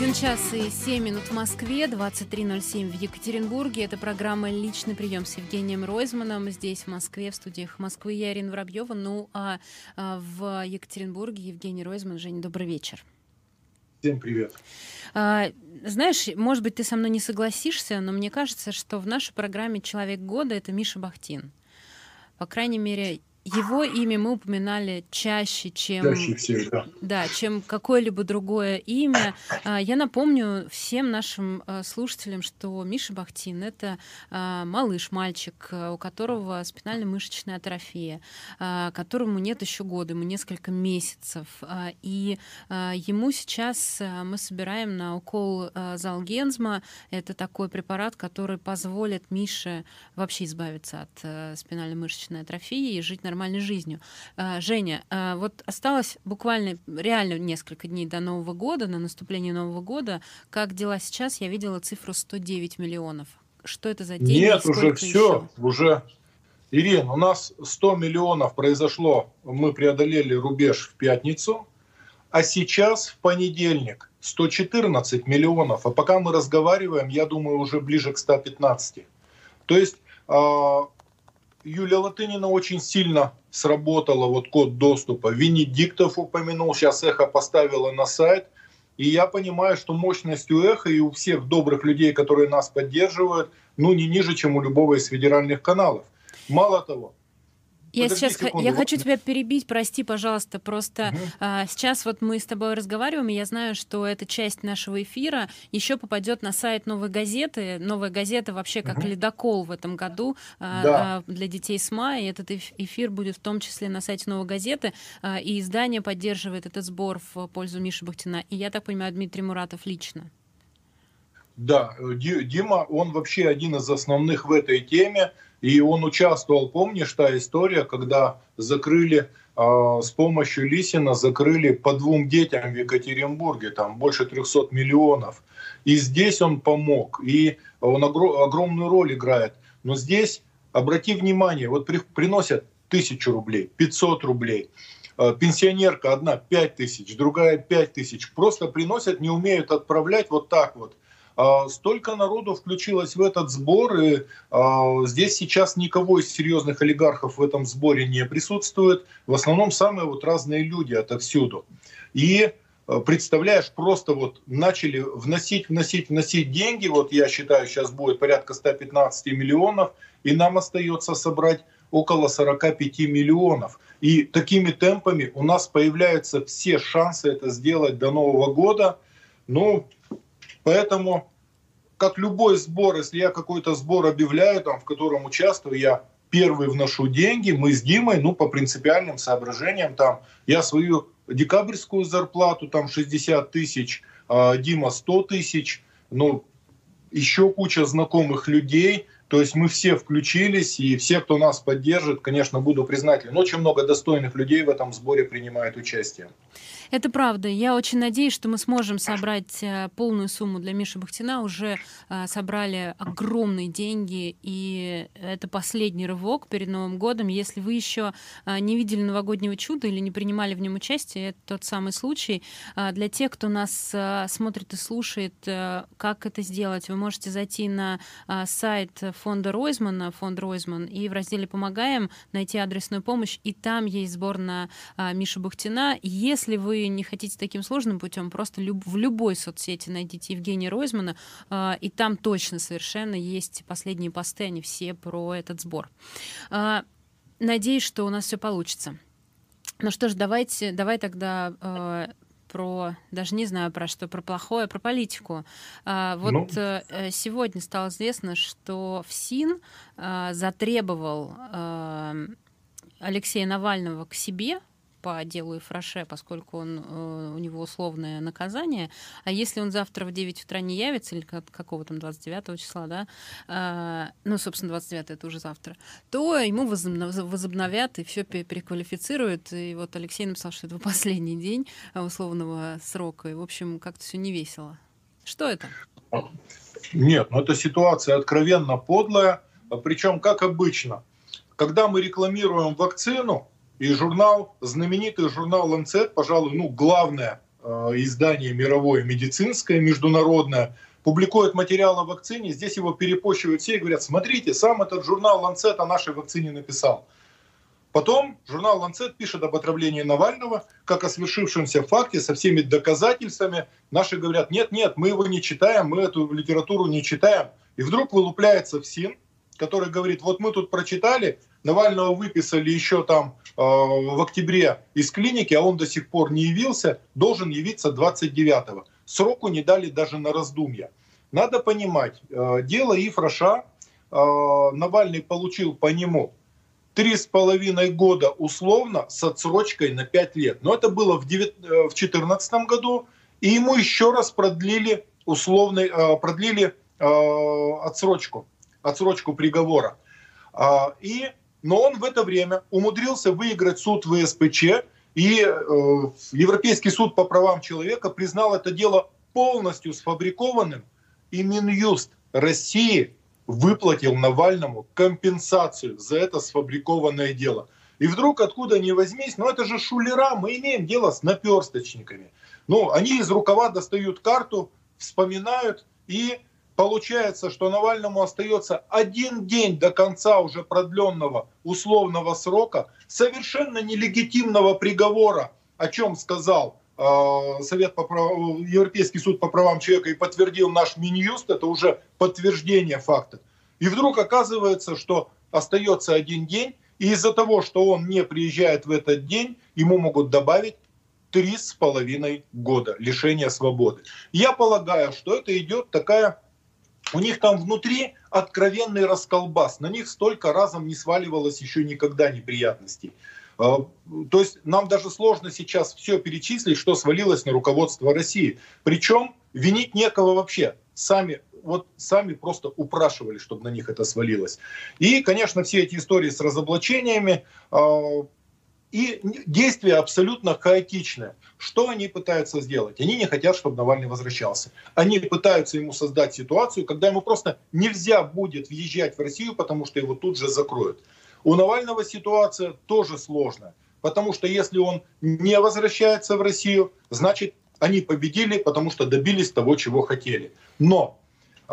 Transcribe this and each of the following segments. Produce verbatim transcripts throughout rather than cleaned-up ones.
Один час и семь минут в Москве, двадцать три ноль семь в Екатеринбурге. Это программа «Личный прием» с Евгением Ройзманом. Здесь, в Москве, в студиях Москвы, я, Ирина Воробьева. Ну, а, а в Екатеринбурге Евгений Ройзман. Женя, добрый вечер. Всем привет. А, знаешь, может быть, ты со мной не согласишься, но мне кажется, что в нашей программе «Человек года» — это Миша Бахтин. По крайней мере, его имя мы упоминали чаще, чем, Чаще всех, да. Да, чем какое-либо другое имя. Я напомню всем нашим слушателям, что Миша Бахтин — это малыш, мальчик, у которого спинально-мышечная атрофия, которому нет еще года, ему несколько месяцев. И ему сейчас мы собираем на укол Золгенсма. Это такой препарат, который позволит Мише вообще избавиться от спинально-мышечной атрофии и жить нормальной жизнью. Женя, вот осталось буквально реально несколько дней до Нового года, на наступление Нового года. Как дела сейчас? Я видела цифру сто девять миллионов. Что это за деньги? Нет, уже все. Уже, Ирина, у нас сто миллионов произошло. Мы преодолели рубеж в пятницу. А сейчас, в понедельник, сто четырнадцать миллионов. А пока мы разговариваем, я думаю, уже ближе к ста пятнадцати. То есть Юлия Латынина очень сильно сработала, вот код доступа. Венедиктов упомянул, сейчас Эхо поставила на сайт. И я понимаю, что мощность у Эхо и у всех добрых людей, которые нас поддерживают, ну не ниже, чем у любого из федеральных каналов. Мало того, Я сейчас секунду. я хочу тебя перебить, прости, пожалуйста. Просто угу. а, сейчас вот мы с тобой разговариваем, и я знаю, что эта часть нашего эфира еще попадет на сайт «Новой газеты». «Новая газета» вообще как угу. ледокол в этом году а, да. а, для детей с мая. И этот эфир будет в том числе на сайте «Новой газеты». А, и издание поддерживает этот сбор в пользу Миши Бахтина. И я так понимаю, Дмитрий Муратов лично. Да, Дима, он вообще один из основных в этой теме. И он участвовал, помнишь, та история, когда закрыли, э, с помощью Лисина закрыли по двум детям в Екатеринбурге, там больше трехсот миллионов. И здесь он помог, и он огр- огромную роль играет. Но здесь, обрати внимание, вот при, приносят тысячу рублей, пятьсот рублей. Э, пенсионерка одна пять тысяч, другая пять тысяч. Просто приносят, не умеют отправлять вот так вот. Столько народу включилось в этот сбор, и а, здесь сейчас никого из серьезных олигархов в этом сборе не присутствует. В основном самые вот разные люди отовсюду. И представляешь, просто вот начали вносить, вносить, вносить деньги. Вот я считаю, сейчас будет порядка ста пятнадцати миллионов, и нам остается собрать около сорока пяти миллионов. И такими темпами у нас появляются все шансы это сделать до Нового года. Ну, поэтому, как любой сбор, если я какой-то сбор объявляю, там, в котором участвую, я первый вношу деньги, мы с Димой, ну, по принципиальным соображениям, там, я свою декабрьскую зарплату, там, шестьдесят тысяч, а Дима сто тысяч, ну, еще куча знакомых людей, то есть мы все включились, и все, кто нас поддержит, конечно, буду признателен. Очень много достойных людей в этом сборе принимает участие. Это правда. Я очень надеюсь, что мы сможем собрать полную сумму для Миши Бахтина. Уже а, собрали огромные деньги, и это последний рывок перед Новым годом. Если вы еще а, не видели «Новогоднего чуда» или не принимали в нем участие, это тот самый случай. А, для тех, кто нас а, смотрит и слушает, а, как это сделать, вы можете зайти на а, сайт фонда Ройзмана, фонд Ройзман, и в разделе «Помогаем» найти адресную помощь, и там есть сбор на а, Мишу Бахтина. Если вы не хотите таким сложным путем, просто люб- в любой соцсети найдите Евгения Ройзмана, э, и там точно совершенно есть последние посты, они все про этот сбор. Э, надеюсь, что у нас все получится. Ну что ж, давайте, давай тогда э, про, даже не знаю про что, про плохое, про политику. Э, вот ну. э, сегодня стало известно, что ФСИН э, затребовал э, Алексея Навального к себе по делу Ефраше, поскольку он, э, у него условное наказание. А если он завтра в девять утра не явится, или как, какого там двадцать девятого числа, да, э, ну, собственно, двадцать девятое это уже завтра, то ему возобнов, возобновят и все переквалифицируют. И вот Алексей написал, что это последний день условного срока. И, в общем, как-то все не весело. Что это? Нет, ну это ситуация откровенно подлая. Причем, как обычно, когда мы рекламируем вакцину, и журнал, знаменитый журнал Lancet, пожалуй, ну, главное издание мировое, медицинское, международное, публикует материал о вакцине, здесь его перепощивают все и говорят: смотрите, сам этот журнал Lancet о нашей вакцине написал. Потом журнал Lancet пишет об отравлении Навального, как о свершившемся факте, со всеми доказательствами. Наши говорят: нет, нет, мы его не читаем, мы эту литературу не читаем. И вдруг вылупляется ФСИН, который говорит: вот мы тут прочитали, Навального выписали еще там э, в октябре из клиники, а он до сих пор не явился, должен явиться двадцать девятого. Сроку не дали даже на раздумья. Надо понимать, э, дело Ифраша, э, Навальный получил по нему три с половиной года условно с отсрочкой на пять лет. Но это было в две тысячи четырнадцатом году, и ему еще раз продлили, условный, э, продлили э, отсрочку, отсрочку приговора. Э, и, но он в это время умудрился выиграть суд в ВСПЧ, и э, Европейский суд по правам человека признал это дело полностью сфабрикованным, и Минюст России выплатил Навальному компенсацию за это сфабрикованное дело. И вдруг, откуда ни возьмись, ну это же шулера, мы имеем дело с наперсточниками. Ну, они из рукава достают карту, вспоминают, и получается, что Навальному остается один день до конца уже продленного условного срока совершенно нелегитимного приговора, о чем сказал э, Совет по прав... Европейский суд по правам человека и подтвердил наш Минюст, это уже подтверждение факта. И вдруг оказывается, что остается один день, и из-за того, что он не приезжает в этот день, ему могут добавить три с половиной года лишения свободы. Я полагаю, что это идет такая... У них там внутри откровенный расколбас. На них столько разом не сваливалось еще никогда неприятностей. То есть нам даже сложно сейчас все перечислить, что свалилось на руководство России. Причем винить некого вообще. Сами, вот, сами просто упрашивали, чтобы на них это свалилось. И, конечно, все эти истории с разоблачениями... И действия абсолютно хаотичные. Что они пытаются сделать? Они не хотят, чтобы Навальный возвращался. Они пытаются ему создать ситуацию, когда ему просто нельзя будет въезжать в Россию, потому что его тут же закроют. У Навального ситуация тоже сложная. Потому что если он не возвращается в Россию, значит, они победили, потому что добились того, чего хотели. Но э,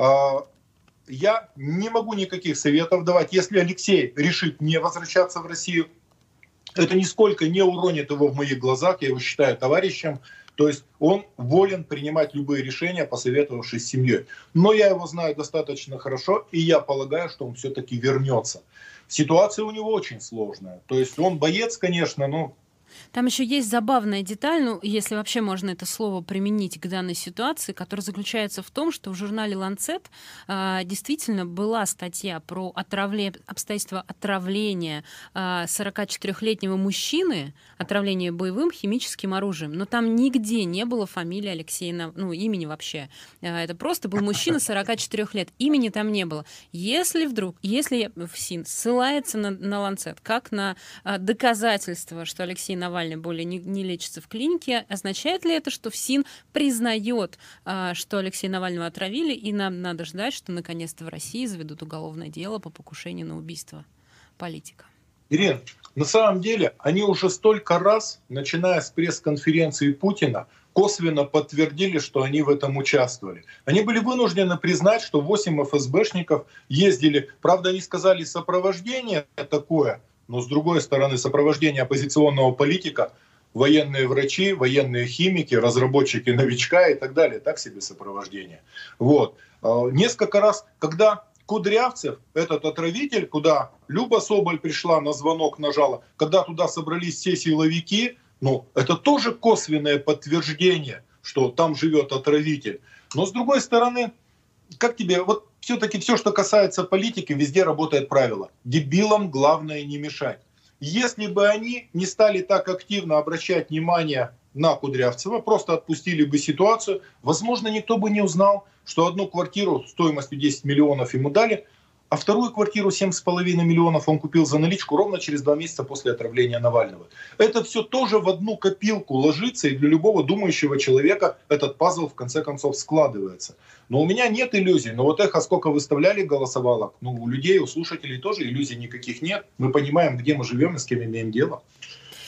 я не могу никаких советов давать. Если Алексей решит не возвращаться в Россию, это нисколько не уронит его в моих глазах, я его считаю товарищем. То есть он волен принимать любые решения, посоветовавшись с семьей. Но я его знаю достаточно хорошо, и я полагаю, что он все-таки вернется. Ситуация у него очень сложная. То есть он боец, конечно, но... Там еще есть забавная деталь, ну, если вообще можно это слово применить к данной ситуации, которая заключается в том, что в журнале Lancet э, действительно была статья про отравле... обстоятельства отравления э, сорокачетырёхлетнего мужчины, отравление боевым химическим оружием, но там нигде не было фамилии Алексея, Нав... ну, имени вообще. Э, это просто был мужчина сорока четырёх лет, имени там не было. Если вдруг, если ФСИН ссылается на, на Lancet как на э, доказательство, что Алексей Навальный Навальный более не, не лечится в клинике, означает ли это, что ФСИН признает, а, что Алексея Навального отравили, и нам надо ждать, что наконец-то в России заведут уголовное дело по покушению на убийство политика? Ирина, на самом деле они уже столько раз, начиная с пресс-конференции Путина, косвенно подтвердили, что они в этом участвовали. Они были вынуждены признать, что восемь эф эс бэшников ездили, правда, они сказали сопровождение такое, но с другой стороны, сопровождение оппозиционного политика, военные врачи, военные химики, разработчики новичка и так далее. Так себе сопровождение. Вот. Несколько раз, когда Кудрявцев, этот отравитель, куда Люба Соболь пришла, на звонок нажала, когда туда собрались все силовики, ну, это тоже косвенное подтверждение, что там живет отравитель. Но с другой стороны, как тебе... вот все-таки все, что касается политики, везде работает правило. Дебилам главное не мешать. Если бы они не стали так активно обращать внимание на Кудрявцева, просто отпустили бы ситуацию, возможно, никто бы не узнал, что одну квартиру стоимостью десять миллионов ему дали, а вторую квартиру семь с половиной миллионов он купил за наличку ровно через два месяца после отравления Навального. Это все тоже в одну копилку ложится, и для любого думающего человека этот пазл в конце концов складывается. Но у меня нет иллюзий. Но вот эхо, сколько выставляли голосовалок, ну, у людей, у слушателей тоже иллюзий никаких нет. Мы понимаем, где мы живем и с кем имеем дело.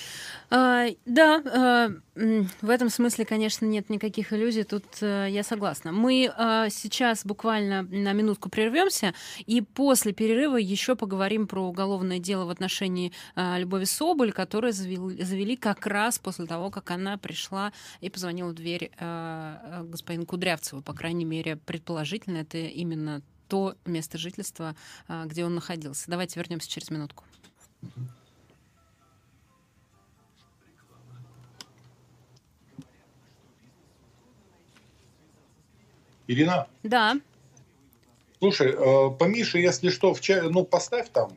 А, да, а, м, в этом смысле, конечно, нет никаких иллюзий, тут э, я согласна. Мы а, сейчас буквально на минутку прервемся, и после перерыва еще поговорим про уголовное дело в отношении а, Любови Соболь, которое завел- завели как раз после того, как она пришла и позвонила в дверь а, а, господину Кудрявцеву. По крайней мере, предположительно, это именно то место жительства, а, где он находился. Давайте вернемся через минутку. Ирина, Да. слушай, э, по Мише, если что, в ча... ну поставь там.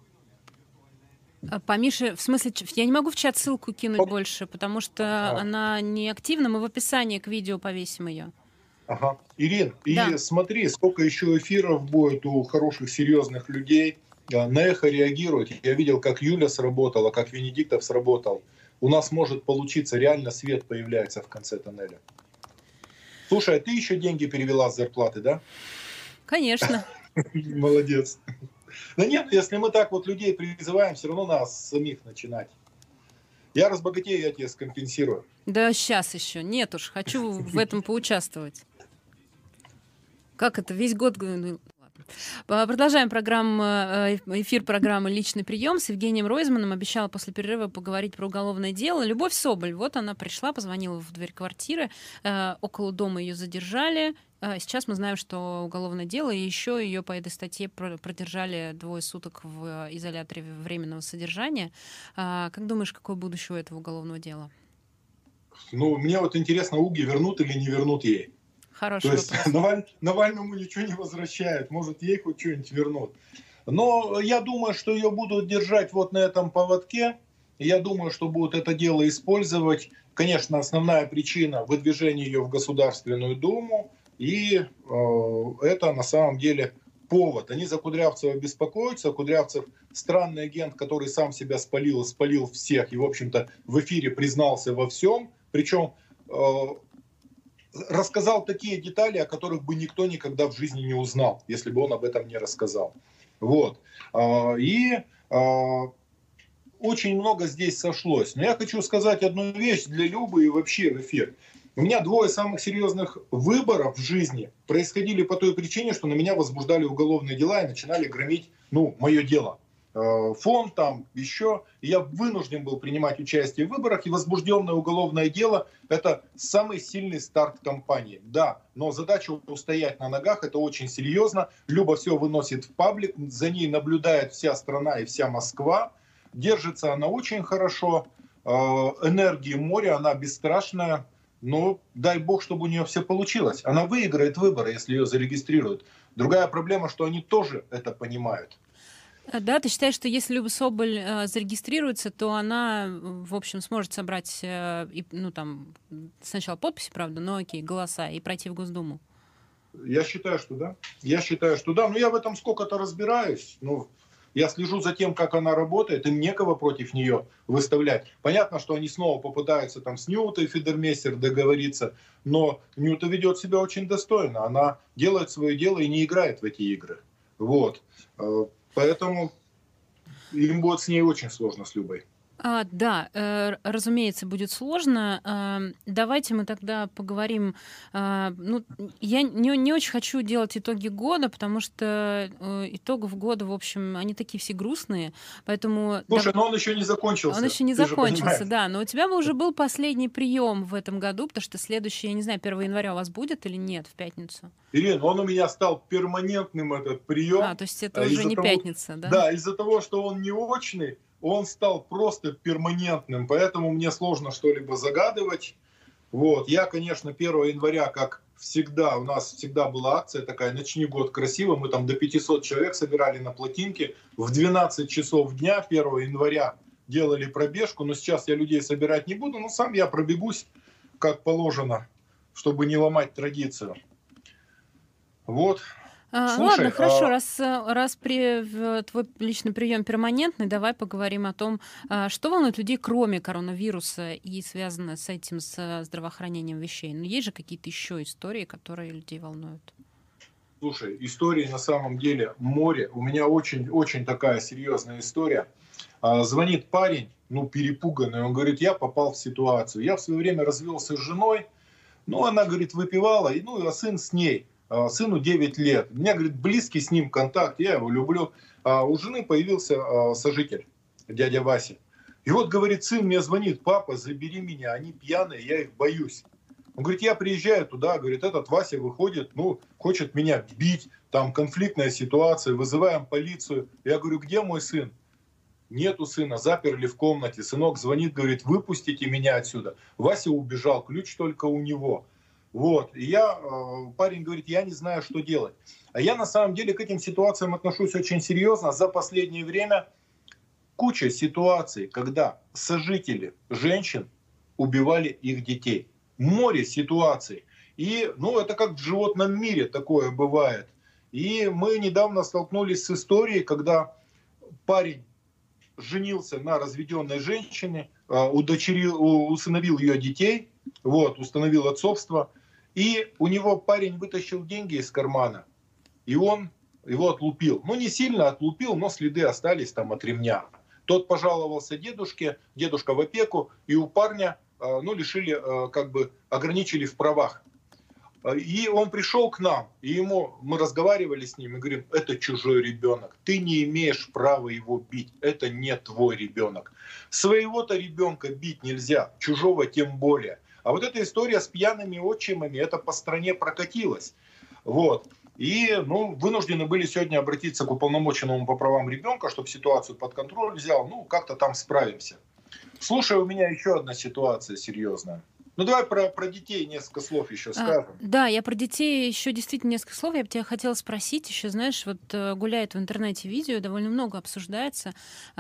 А, По Мише, в смысле, ч- я не могу в чат ссылку кинуть Оп, больше, потому что а, она не активна. Мы в описании к видео повесим ее. ага. Ирин, Да, и смотри, сколько еще эфиров будет у хороших, серьезных людей. А, На эхо реагируют. Я видел, как Юля сработала, как Венедиктов сработал. У нас может получиться, реально свет появляется в конце тоннеля. Слушай, а ты еще деньги перевела с зарплаты, да? конечно. Молодец. Да нет, если мы так вот людей призываем, все равно нас самих начинать. Я разбогатею, я тебе скомпенсирую. Да сейчас еще. Нет уж, хочу в этом поучаствовать. Как это? Весь год... г- ну, ладно. А, Продолжаем программу, э, эфир программы «Личный прием» с Евгением Ройзманом. Обещала после перерыва поговорить про уголовное дело. Любовь Соболь, вот она пришла, позвонила в дверь квартиры. э, Около дома ее задержали. Э, Сейчас мы знаем, что уголовное дело, и еще ее по этой статье про- продержали двое суток в э, изоляторе временного содержания. А, Как думаешь, какое будущее у этого уголовного дела? Ну, мне вот интересно, Уги вернут или не вернут ей. То Хороший есть вопрос. Наваль, Навальному ничего не возвращают, может ей хоть что-нибудь вернут. Но я думаю, что ее будут держать вот на этом поводке. Я думаю, что будут это дело использовать. Конечно, основная причина выдвижения ее в Государственную Думу. И э, это на самом деле повод. Они за Кудрявцева беспокоятся. Кудрявцев странный агент, который сам себя спалил, спалил всех. И, в общем-то, в эфире признался во всем. Причем э, рассказал такие детали, о которых бы никто никогда в жизни не узнал, если бы он об этом не рассказал. Вот. А, И а, очень много здесь сошлось. Но я хочу сказать одну вещь для Любы и вообще в эфир. У меня двое самых серьезных выборов в жизни происходили по той причине, что на меня возбуждали уголовные дела и начинали громить, ну, мое дело. Э, Фонд там, еще. И я вынужден был принимать участие в выборах, и возбужденное уголовное дело – это самый сильный старт кампании. Да, но задача устоять на ногах – это очень серьезно. Люба все выносит в паблик, за ней наблюдает вся страна и вся Москва. Держится она очень хорошо, э, энергии море, она бесстрашная. Но дай бог, чтобы у нее все получилось. Она выиграет выборы, если ее зарегистрируют. Другая проблема, что они тоже это понимают. Э, Да, ты считаешь, что если Люба Соболь э, зарегистрируется, то она, э, в общем, сможет собрать, э, и, ну, там, м, сначала подписи, правда, но окей, голоса, и пройти в Госдуму? Я считаю, что да. Я считаю, что да. Но я в этом сколько-то разбираюсь. Ну, я слежу за тем, как она работает. Им некого против нее выставлять. Понятно, что они снова попытаются там с Ньютой Фидермейстер договориться. Но Ньюта ведет себя очень достойно. Она делает свое дело и не играет в эти игры. Вот. Э, Поэтому им будет с ней очень сложно, с Любой. А, да, э, р- разумеется, будет сложно. Ам, Давайте мы тогда поговорим. а, Ну, я не, не очень хочу делать итоги года, потому что э, итогов года, в общем, они такие все грустные, поэтому дав- Слушай, но он еще не он закончился. еще не Ты же закончился, понимаешь. да. Но у тебя бы уже был последний прием в этом году, потому что следующий, я не знаю, первого января у вас будет или нет в пятницу? Ирина, он у меня стал перманентным, этот А, прием. то есть это А уже Из-за не того, пятница, да? да, из-за того, что он не очный, он стал просто перманентным. Поэтому мне сложно что-либо загадывать. Вот. Я, конечно, первого января, как всегда, у нас всегда была акция такая «Начни год красиво». Мы там до пятисот человек собирали на плотинке. В двенадцать часов дня первого января делали пробежку. Но сейчас я людей собирать не буду. Но сам я пробегусь, как положено, чтобы не ломать традицию. Вот. А, ладно, Слушай, хорошо, а, раз, э, раз при, в- твой личный прием перманентный, давай поговорим о том, а, что волнует людей, кроме коронавируса и связано с этим, с э, здравоохранением вещей. Но есть же какие-то еще истории, которые людей волнуют. слушай, истории на самом деле море. У меня очень-очень такая серьезная история. А, Звонит парень ну, перепуганный. Он говорит, я попал в ситуацию. Я в свое время развелся с женой, ну, она, говорит, выпивала, и, ну, а сын с ней. А, сыну девять лет. У меня, говорит, близкий с ним контакт, я его люблю. А у жены появился а, сожитель, дядя Вася. И вот, говорит, сын мне звонит, папа, забери меня, они пьяные, я их боюсь. Он говорит, я приезжаю туда, говорит, этот Вася выходит, ну, хочет меня бить, там конфликтная ситуация, вызываем полицию. Я говорю, где мой сын? Нету сына, заперли в комнате. Сынок звонит, говорит, выпустите меня отсюда. Вася убежал, ключ только у него. Вот, и я, парень говорит, я не знаю, что делать. А я на самом деле к этим ситуациям отношусь очень серьезно. За последнее время куча ситуаций, когда сожители женщин убивали их детей. Море ситуаций. И, ну, это как в животном мире такое бывает. И мы недавно столкнулись с историей, когда парень женился на разведенной женщине, удочерил, усыновил ее детей, вот, установил отцовство. И у него парень вытащил деньги из кармана, и он его отлупил. Ну, не сильно отлупил, но следы остались там от ремня. Тот пожаловался дедушке, дедушка в опеку, и у парня ну, лишили, как бы ограничили в правах. И он пришел к нам, и ему, мы разговаривали с ним, и говорим, это чужой ребенок, ты не имеешь права его бить, это не твой ребенок. Своего-то ребенка бить нельзя, чужого тем более. А вот эта история с пьяными отчимами, это по стране прокатилась. Вот. И ну, вынуждены были сегодня обратиться к уполномоченному по правам ребенка, чтобы ситуацию под контроль взял, ну, как-то там справимся. Слушай, у меня еще одна ситуация серьезная. Ну, давай про, про детей несколько слов еще скажем. А, да, я про детей еще действительно несколько слов. Я бы тебя хотела спросить еще, знаешь, вот гуляет в интернете видео, довольно много обсуждается,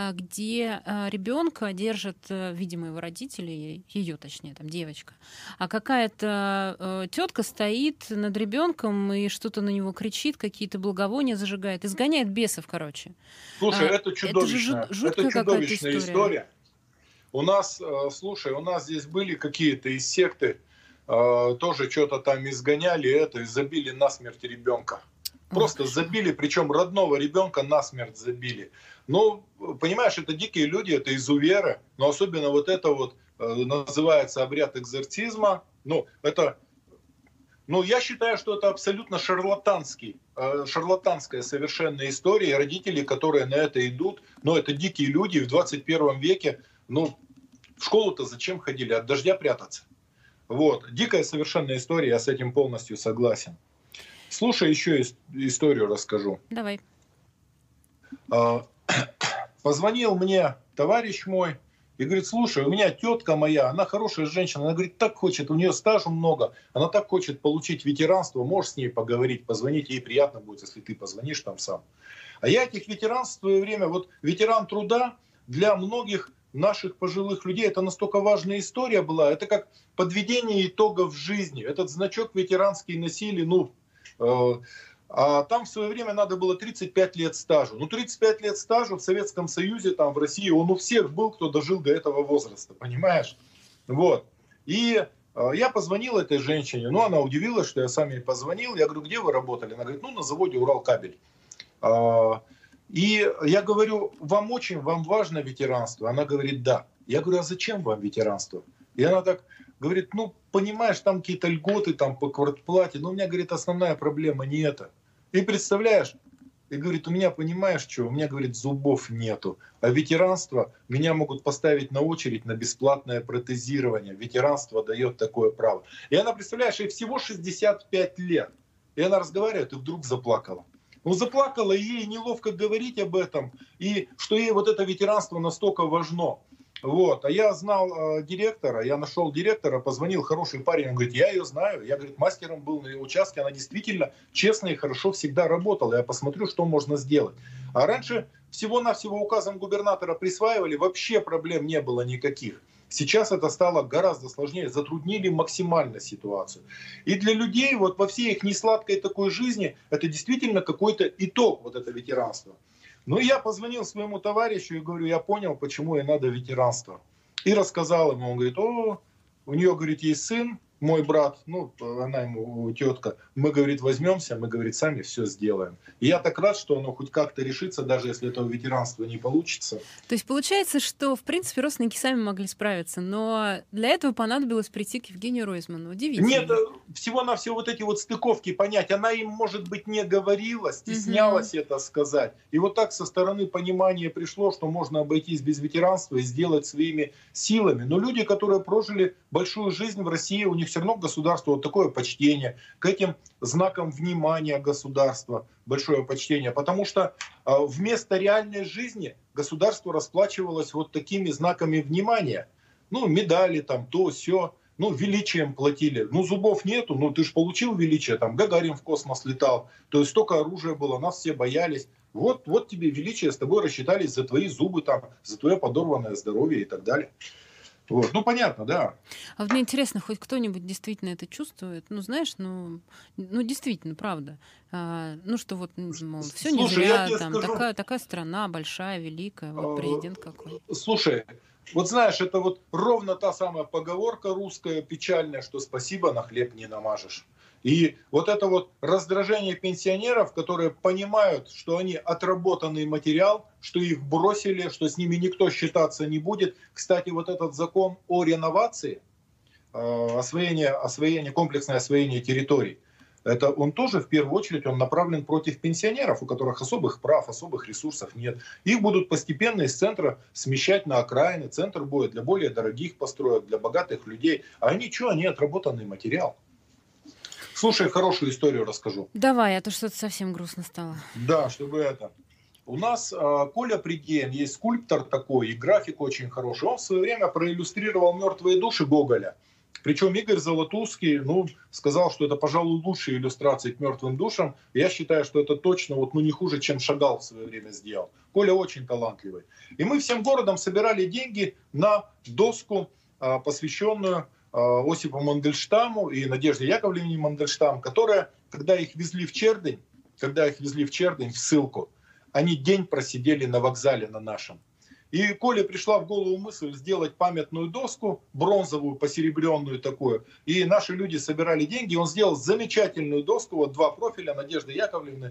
где ребенка держат, видимо, его родители, ее, точнее, там девочка, а какая-то тетка стоит над ребенком и что-то на него кричит, какие-то благовония зажигает, изгоняет бесов, короче. Слушай, это чудовищная, это же жуткая это чудовищная история. история. У нас, слушай, у нас здесь были какие-то из секты, тоже что-то там изгоняли, это, и забили насмерть ребенка. Просто забили, причем родного ребенка насмерть забили. Ну, понимаешь, это дикие люди, это изуверы, но особенно вот это вот называется обряд экзорцизма. Ну, это, ну, я считаю, что это абсолютно шарлатанский, шарлатанская совершенно история. И родители, которые на это идут, ну, это дикие люди в двадцать первом веке. Ну, в школу-то зачем ходили? От дождя прятаться. Вот. Дикая совершенно история, я с этим полностью согласен. Слушай, еще историю расскажу. Давай. Позвонил мне товарищ мой и говорит, слушай, у меня тетка моя, она хорошая женщина, она говорит, так хочет, у нее стажу много, она так хочет получить ветеранство, можешь с ней поговорить, позвонить, ей приятно будет, если ты позвонишь там сам. А я этих ветеранств в свое время, вот ветеран труда для многих наших пожилых людей, это настолько важная история была, это как подведение итогов жизни, этот значок ветеранский носили, ну, э, а там в свое время надо было тридцать пять лет стажа. Ну, тридцать пять лет стажа в Советском Союзе, там в России, он у всех был, кто дожил до этого возраста, понимаешь? Вот. И э, я позвонил этой женщине, ну, она удивилась, что я сам ей позвонил, я говорю, где вы работали? Она говорит, ну, на заводе Уралкабель. А, И я говорю, вам очень, вам важно ветеранство? Она говорит, да. Я говорю, а зачем вам ветеранство? И она так говорит, ну, понимаешь, там какие-то льготы там по квартплате, но у меня, говорит, основная проблема не это. И представляешь, и говорит, у меня, понимаешь, что, у меня, говорит, зубов нету. А ветеранство, меня могут поставить на очередь на бесплатное протезирование. Ветеранство дает такое право. И она, представляешь, ей всего шестьдесят пять лет. И она разговаривает, и вдруг заплакала. Ну, заплакала, и ей неловко говорить об этом, и что ей вот это ветеранство настолько важно. Вот. А я знал э, директора, я нашел директора, позвонил, хороший парень, он говорит, я ее знаю, я, говорит, мастером был на ее участке, она действительно честно и хорошо всегда работала, я посмотрю, что можно сделать. А раньше всего-навсего указом губернатора присваивали, вообще проблем не было никаких. Сейчас это стало гораздо сложнее, затруднили максимально ситуацию. И для людей вот во всей их несладкой такой жизни это действительно какой-то итог, вот это ветеранство. Ну, я позвонил своему товарищу и говорю, я понял, почему ей надо ветеранство. И рассказал ему, он говорит, о, у нее, говорит, есть сын, мой брат, ну, она ему тетка, мы, говорит, возьмемся, мы, говорит, сами все сделаем. И я так рад, что оно хоть как-то решится, даже если этого ветеранства не получится. То есть получается, что, в принципе, родственники сами могли справиться, но для этого понадобилось прийти к Евгению Ройзману. Удивительно. Нет, всего-навсего вот эти вот стыковки понять. Она им, может быть, не говорила, стеснялась угу. это сказать. И вот так со стороны понимания пришло, что можно обойтись без ветеранства и сделать своими силами. Но люди, которые прожили большую жизнь в России, у них все равно государство вот такое почтение к этим знакам внимания государства, большое почтение, потому что э, вместо реальной жизни государство расплачивалось вот такими знаками внимания, ну медали там, то, сё, ну величием платили, ну зубов нету, ну ты же получил величие, там Гагарин в космос летал, то есть столько оружия было, нас все боялись, вот, вот тебе величие, с тобой рассчитались за твои зубы, там, за твое подорванное здоровье и так далее. Вот. Ну, понятно, да. А вот мне интересно, хоть кто-нибудь действительно это чувствует? Ну, знаешь, ну, ну действительно, правда. А, ну, что вот, мол, все не зря, там, скажу, такая, такая страна большая, великая, вот президент какой. Слушай, вот знаешь, это вот ровно та самая поговорка русская печальная, что спасибо на хлеб не намажешь. И вот это вот раздражение пенсионеров, которые понимают, что они отработанный материал, что их бросили, что с ними никто считаться не будет. Кстати, вот этот закон о реновации, освоение, освоение, комплексное освоение территорий, это он тоже в первую очередь он направлен против пенсионеров, у которых особых прав, особых ресурсов нет. Их будут постепенно из центра смещать на окраины. Центр будет для более дорогих построек, для богатых людей. А они что, они отработанный материал. Слушай, хорошую историю расскажу. Давай, а то что-то совсем грустно стало. Да, чтобы это. У нас э, Коля Приден, есть скульптор такой, и график очень хороший. Он в свое время проиллюстрировал «Мертвые души» Гоголя. Причем Игорь Золотузский, ну, сказал, что это, пожалуй, лучшие иллюстрации к «Мертвым душам». Я считаю, что это точно вот, ну, не хуже, чем Шагал в свое время сделал. Коля очень талантливый. И мы всем городом собирали деньги на доску, э, посвященную Осипу Мандельштаму и Надежде Яковлевне Мандельштам, которые, когда их везли в Чердень, когда их везли в Чердень, в ссылку, они день просидели на вокзале на нашем. И Коле пришла в голову мысль сделать памятную доску, бронзовую, посеребренную такую. И наши люди собирали деньги, он сделал замечательную доску, вот два профиля, Надежды Яковлевны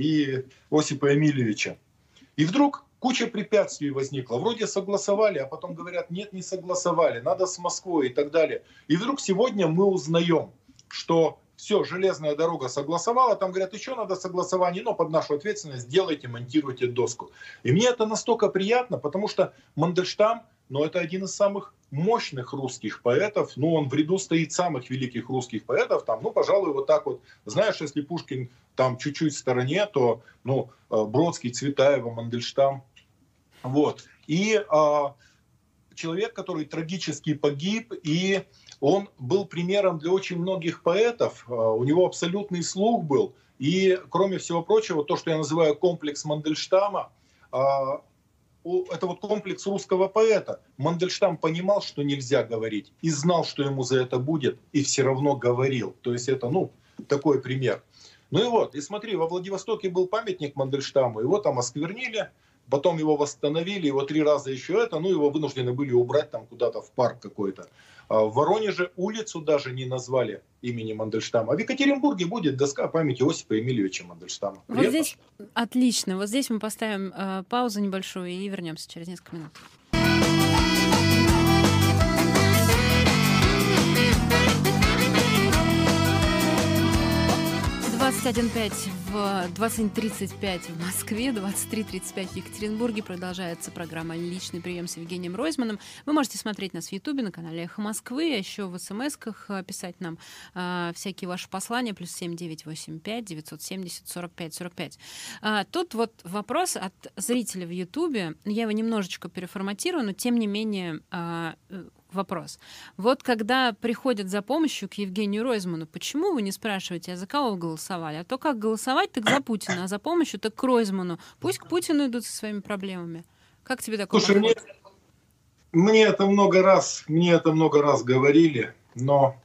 и Осипа Эмильевича. И вдруг куча препятствий возникла. Вроде согласовали, а потом говорят, нет, не согласовали, надо с Москвой и так далее. И вдруг сегодня мы узнаем, что все, железная дорога согласовала, там говорят, еще надо согласование, но под нашу ответственность делайте, монтируйте доску. И мне это настолько приятно, потому что Мандельштам, ну, это один из самых мощных русских поэтов, ну, он в ряду стоит самых великих русских поэтов, там, ну, пожалуй, вот так вот, знаешь, если Пушкин там чуть-чуть в стороне, то, ну, Бродский, Цветаева, Мандельштам, вот. И а, человек, который трагически погиб, и он был примером для очень многих поэтов, а, у него абсолютный слух был, и, кроме всего прочего, то, что я называю комплекс Мандельштама, а, это вот комплекс русского поэта. Мандельштам понимал, что нельзя говорить, и знал, что ему за это будет, и все равно говорил. То есть это, ну, такой пример. Ну и вот, и смотри, во Владивостоке был памятник Мандельштаму, его там осквернили, потом его восстановили, его три раза еще это, ну его вынуждены были убрать там куда-то в парк какой-то. А в Воронеже улицу даже не назвали имени Мандельштама. А в Екатеринбурге будет доска памяти Осипа Эмильевича Мандельштама. Вот Приятно? Здесь отлично. Вот здесь мы поставим э, паузу небольшую и вернемся через несколько минут. двадцать один пять в двадцать тридцать пять в Москве, двадцать три тридцать пять в Екатеринбурге. Продолжается программа «Личный прием» с Евгением Ройзманом. Вы можете смотреть нас в Ютубе, на канале «Эхо Москвы», а еще в смс-ках писать нам э, всякие ваши послания, плюс семь девятьсот восемьдесят пять девятьсот семьдесят сорок пять сорок пять. А, тут вот вопрос от зрителя в Ютубе. Я его немножечко переформатирую, но тем не менее... А, вопрос. Вот когда приходят за помощью к Евгению Ройзману, почему вы не спрашиваете, а за кого вы голосовали? А то как голосовать, так за Путина, а за помощью, так к Ройзману. Пусть к Путину идут со своими проблемами. Как тебе такое? Слушай, мне, мне это много раз, мне это много раз говорили, но...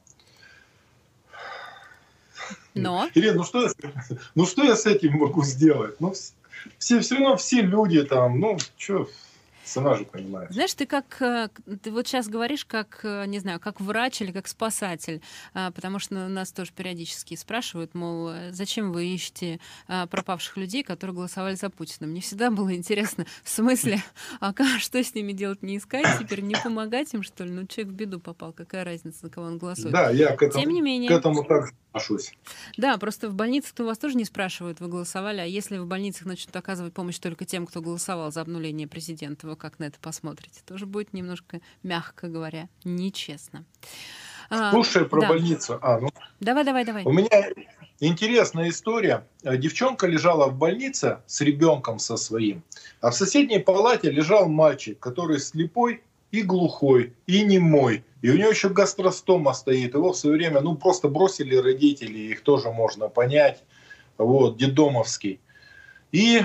Но? Ирина, ну что, ну что я с этим могу сделать? Ну, все, все равно все люди там, ну, что... Сама же понимаешь. Знаешь, ты как, э, ты вот сейчас говоришь как, э, не знаю, как врач или как спасатель, а, потому что нас тоже периодически спрашивают, мол, э, зачем вы ищете а, пропавших людей, которые голосовали за Путина? Мне всегда было интересно, в смысле, а ка- что с ними делать, не искать теперь, не помогать им, что ли? Ну, человек в беду попал, какая разница, на кого он голосует? Да, я к Тем не этому, к менее, этому так отношусь. да, просто в больницах-то у вас тоже не спрашивают, вы голосовали, а если в больницах начнут оказывать помощь только тем, кто голосовал за обнуление президента, вы как на это посмотрите? Тоже будет немножко, мягко говоря, нечестно. А, Слушай про да, больницу. А, ну, давай, давай, давай. у меня интересная история. Э, Девчонка лежала в больнице с ребенком со своим, а в соседней палате лежал мальчик, который слепой и глухой, и немой. И у него еще гастростома стоит. Его в свое время, ну, просто бросили родители, их тоже можно понять. Вот, детдомовский. И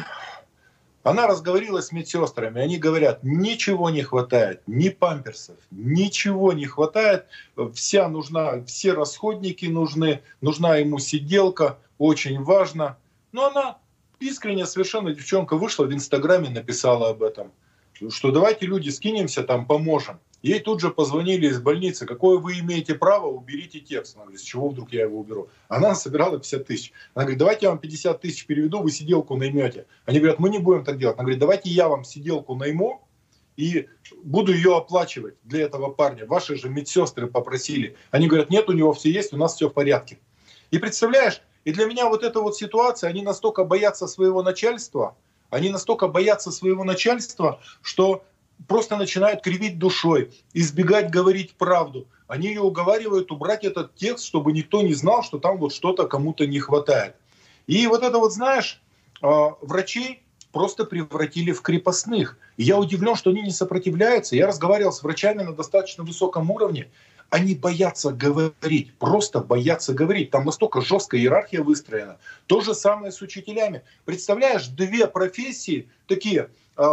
она разговорилась с медсестрами, они говорят, ничего не хватает, ни памперсов, ничего не хватает, вся нужна, все расходники нужны, нужна ему сиделка, очень важно. Но она искренне совершенно, девчонка вышла в Инстаграме, написала об этом, что давайте, люди, скинемся, там поможем. Ей тут же позвонили из больницы, какое вы имеете право, уберите текст. Она говорит, с чего вдруг я его уберу? Она собирала пятьдесят тысяч. Она говорит, давайте я вам пятьдесят тысяч переведу, вы сиделку наймете. Они говорят, мы не будем так делать. Она говорит, давайте я вам сиделку найму и буду ее оплачивать для этого парня. Ваши же медсестры попросили. Они говорят, нет, у него все есть, у нас все в порядке. И представляешь, и для меня вот эта вот ситуация, они настолько боятся своего начальства, они настолько боятся своего начальства, что просто начинают кривить душой, избегать говорить правду. Они ее уговаривают убрать этот текст, чтобы никто не знал, что там вот что-то кому-то не хватает. И вот это вот, знаешь, врачей просто превратили в крепостных. И я удивлен, что они не сопротивляются. Я разговаривал с врачами на достаточно высоком уровне. Они боятся говорить, просто боятся говорить. Там настолько жесткая иерархия выстроена. То же самое с учителями. Представляешь, две профессии такие...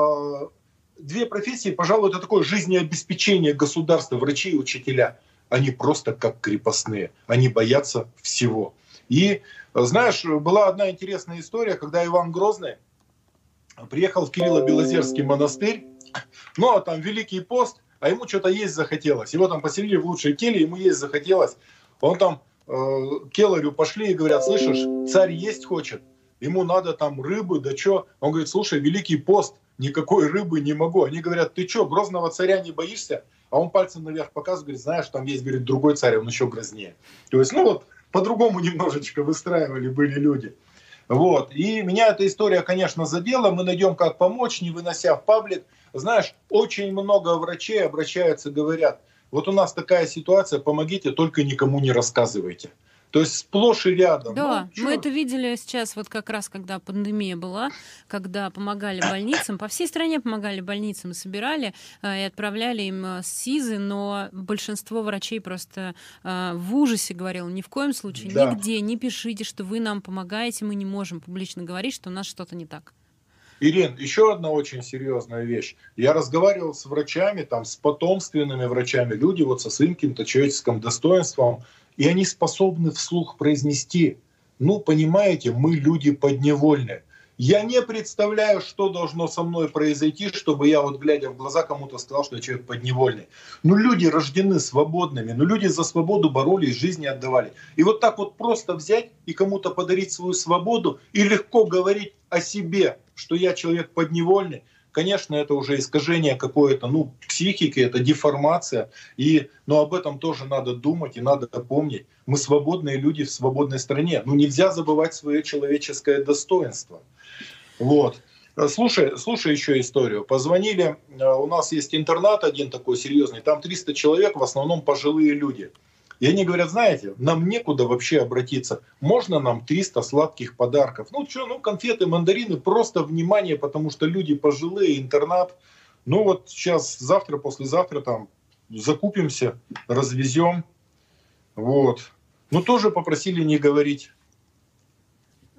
Две профессии, пожалуй, это такое жизнеобеспечение государства, врачи и учителя. Они просто как крепостные, они боятся всего. И, знаешь, была одна интересная история, когда Иван Грозный приехал в Кирилло-Белозерский монастырь, ну а там Великий пост, а ему что-то есть захотелось. Его там поселили в лучшей келье, ему есть захотелось. Он там э, к келарю пошли и говорят, слышишь, царь есть хочет, ему надо там рыбы, да что? Он говорит, слушай, Великий пост, никакой рыбы не могу. Они говорят, ты что, грозного царя не боишься? А он пальцем наверх показывает, говорит, знаешь, там есть, говорит, другой царь, он еще грознее. То есть, ну вот, по-другому немножечко выстраивали были люди. Вот. И меня эта история, конечно, задела. Мы найдем, как помочь, не вынося в паблик. Знаешь, очень много врачей обращаются, говорят, вот у нас такая ситуация, помогите, только никому не рассказывайте. То есть сплошь и рядом. Да, ну, мы это видели сейчас, вот как раз, когда пандемия была, когда помогали больницам, по всей стране помогали больницам, собирали э, и отправляли им э, СИЗы, но большинство врачей просто э, в ужасе говорило, ни в коем случае, да. нигде не пишите, что вы нам помогаете, мы не можем публично говорить, что у нас что-то не так. Ирин, еще одна очень серьезная вещь. Я разговаривал с врачами, там, с потомственными врачами, люди вот со своим каким-то человеческим достоинством, и они способны вслух произнести, ну, понимаете, мы люди подневольные. Я не представляю, что должно со мной произойти, чтобы я, вот глядя в глаза, кому-то сказал, что я человек подневольный. Ну, люди рождены свободными, ну, люди за свободу боролись, жизни отдавали. И вот так вот просто взять и кому-то подарить свою свободу и легко говорить о себе, что я человек подневольный, конечно, это уже искажение какое-то, ну, психики, это деформация. И, но об этом тоже надо думать и надо помнить. Мы свободные люди в свободной стране. Ну, нельзя забывать свое человеческое достоинство. Вот. Слушай, слушай еще историю. Позвонили, у нас есть интернат один такой серьезный, там триста человек, в основном пожилые люди. И они говорят, знаете, нам некуда вообще обратиться. Можно нам триста сладких подарков? Ну что, ну конфеты, мандарины, просто внимание, потому что люди пожилые, интернат. Ну вот сейчас, завтра, послезавтра там закупимся, развезем. Вот. Ну тоже попросили не говорить.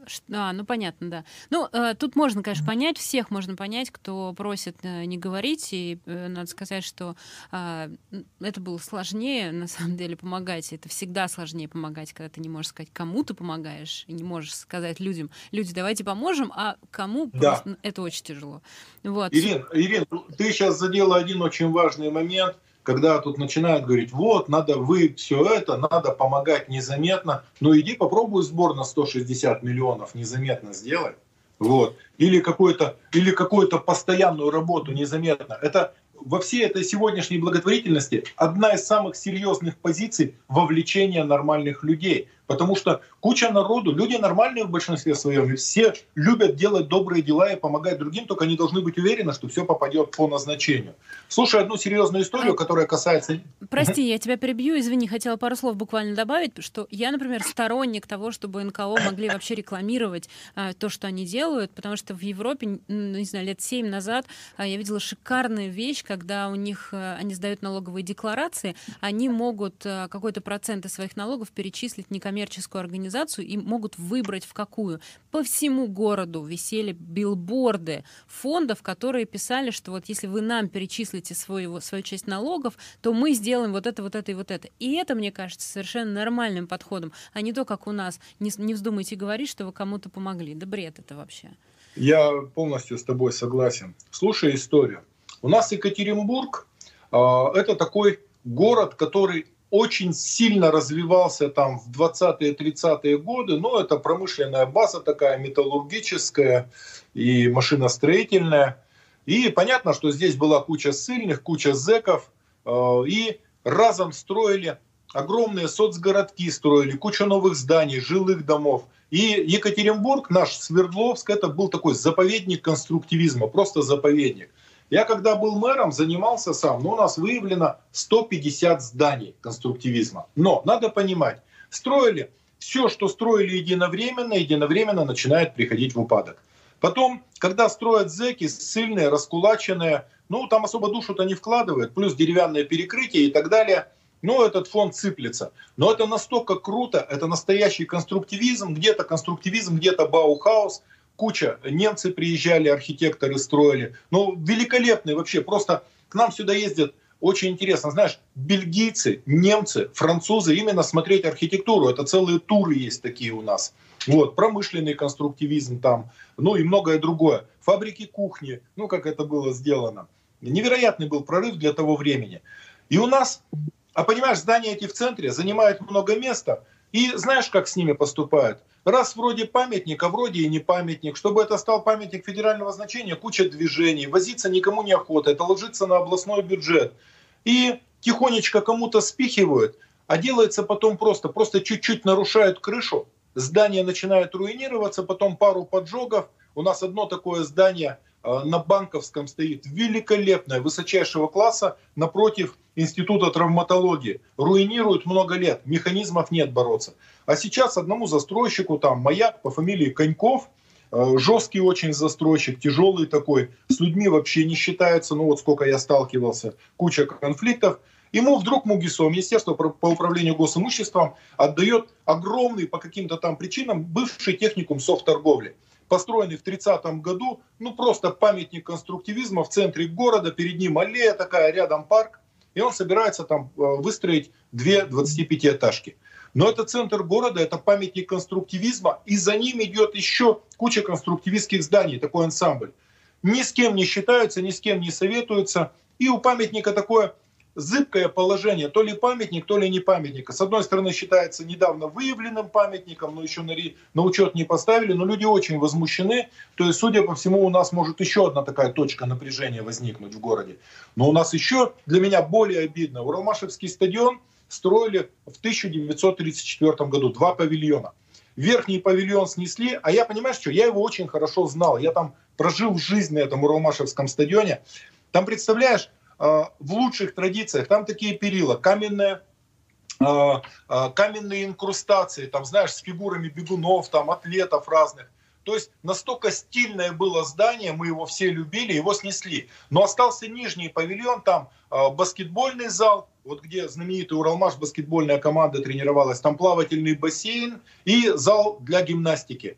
Ш- А, ну понятно, да. Ну, э, тут можно, конечно, понять, всех можно понять, кто просит э, не говорить, и э, надо сказать, что а, м, это было сложнее, на самом деле, помогать. Это всегда сложнее помогать, когда ты не можешь сказать, кому ты помогаешь, и не можешь сказать людям, люди, давайте поможем, а кому Да. просто н- это очень тяжело. Вот. С- Ирин, Ирин, ты сейчас задела один очень важный момент, когда тут начинают говорить, вот, надо вы все это, надо помогать незаметно. Ну иди попробуй сбор на сто шестьдесят миллионов незаметно сделай. Вот. Или какую-то или какую-то постоянную работу незаметно. Это во всей этой сегодняшней благотворительности одна из самых серьезных позиций вовлечения нормальных людей. Потому что куча народу, люди нормальные в большинстве своем, и все любят делать добрые дела и помогать другим, только они должны быть уверены, что все попадет по назначению. Слушай одну серьезную историю, а, которая касается... Прости, я тебя перебью, извини, хотела пару слов буквально добавить, что я, например, сторонник того, чтобы эн ка о могли вообще рекламировать а, то, что они делают, потому что в Европе, н- ну, не знаю, лет семь назад а, я видела шикарную вещь, когда у них, а, они сдают налоговые декларации, они могут а, какой-то процент из своих налогов перечислить в некоммерческую организацию и могут выбрать в какую. По всему городу висели билборды фондов, которые писали, что вот если вы нам перечислите свою, свою часть налогов, то мы сделаем вот это, вот это и вот это. И это, мне кажется, совершенно нормальным подходом, а не то, как у нас. Не, с- не вздумайте говорить, что вы кому-то помогли. Да бред это вообще. Я полностью с тобой согласен. Слушай историю. У нас Екатеринбург а, это такой город, который очень сильно развивался там в двадцатые-тридцатые годы. Ну, это промышленная база такая, металлургическая и машиностроительная. И понятно, что здесь была куча ссыльных, куча зэков. а, И разом строили огромные соцгородки, строили кучу новых зданий, жилых домов. И Екатеринбург, наш Свердловск, это был такой заповедник конструктивизма, просто заповедник. Я когда был мэром, занимался сам, но у нас выявлено сто пятьдесят зданий конструктивизма. Но надо понимать, строили все, что строили единовременно, единовременно начинает приходить в упадок. Потом, когда строят зэки, ссыльные, раскулаченные, ну там особо душу-то не вкладывают, плюс деревянное перекрытие и так далее, ну этот фонд сыплется. Но это настолько круто, это настоящий конструктивизм, где-то конструктивизм, где-то Баухаус, куча, немцы приезжали, архитекторы строили. Ну, великолепные вообще, просто к нам сюда ездят, очень интересно, знаешь, бельгийцы, немцы, французы именно смотреть архитектуру, это целые туры есть такие у нас. Вот, промышленный конструктивизм там, ну и многое другое. Фабрики кухни, ну как это было сделано. Невероятный был прорыв для того времени. И у нас, а понимаешь, здания эти в центре занимают много места, и знаешь, как с ними поступают? Раз вроде памятник, а вроде и не памятник. Чтобы это стал памятник федерального значения, куча движений, возиться никому не охота, это ложится на областной бюджет. И тихонечко кому-то спихивают, а делается потом просто, просто чуть-чуть нарушают крышу, здание начинает руинироваться, потом пару поджогов. У нас одно такое здание э, на Банковском стоит, великолепное, высочайшего класса, напротив Института травматологии. Руинируют много лет, механизмов нет бороться. А сейчас одному застройщику, там, маяк по фамилии Коньков, э, жесткий очень застройщик, тяжелый такой, с людьми вообще не считается, ну вот сколько я сталкивался, куча конфликтов. Ему вдруг МУГИСО, Министерство по управлению госимуществом, отдает огромный по каким-то там причинам бывший техникум совторговли, построенный в тридцатом году, ну просто памятник конструктивизма в центре города, перед ним аллея такая, рядом парк, и он собирается там выстроить две двадцатипятиэтажки. Но это центр города, это памятник конструктивизма, и за ним идет еще куча конструктивистских зданий, такой ансамбль. Ни с кем не считаются, ни с кем не советуются, и у памятника такое зыбкое положение, то ли памятник, то ли не памятник. С одной стороны считается недавно выявленным памятником, но еще на, на учет не поставили, но люди очень возмущены. То есть, судя по всему, у нас может еще одна такая точка напряжения возникнуть в городе. Но у нас еще, для меня более обидно, Уралмашевский стадион строили в тысяча девятьсот тридцать четвёртом году, два павильона. Верхний павильон снесли, а я, понимаешь, что я его очень хорошо знал. Я там прожил жизнь на этом Уралмашевском стадионе. Там, представляешь, в лучших традициях, там такие перила, каменные, каменные инкрустации, там, знаешь, с фигурами бегунов, там, атлетов разных. То есть настолько стильное было здание, мы его все любили, его снесли. Но остался нижний павильон, там баскетбольный зал, вот где знаменитый Уралмаш, баскетбольная команда тренировалась, там плавательный бассейн и зал для гимнастики.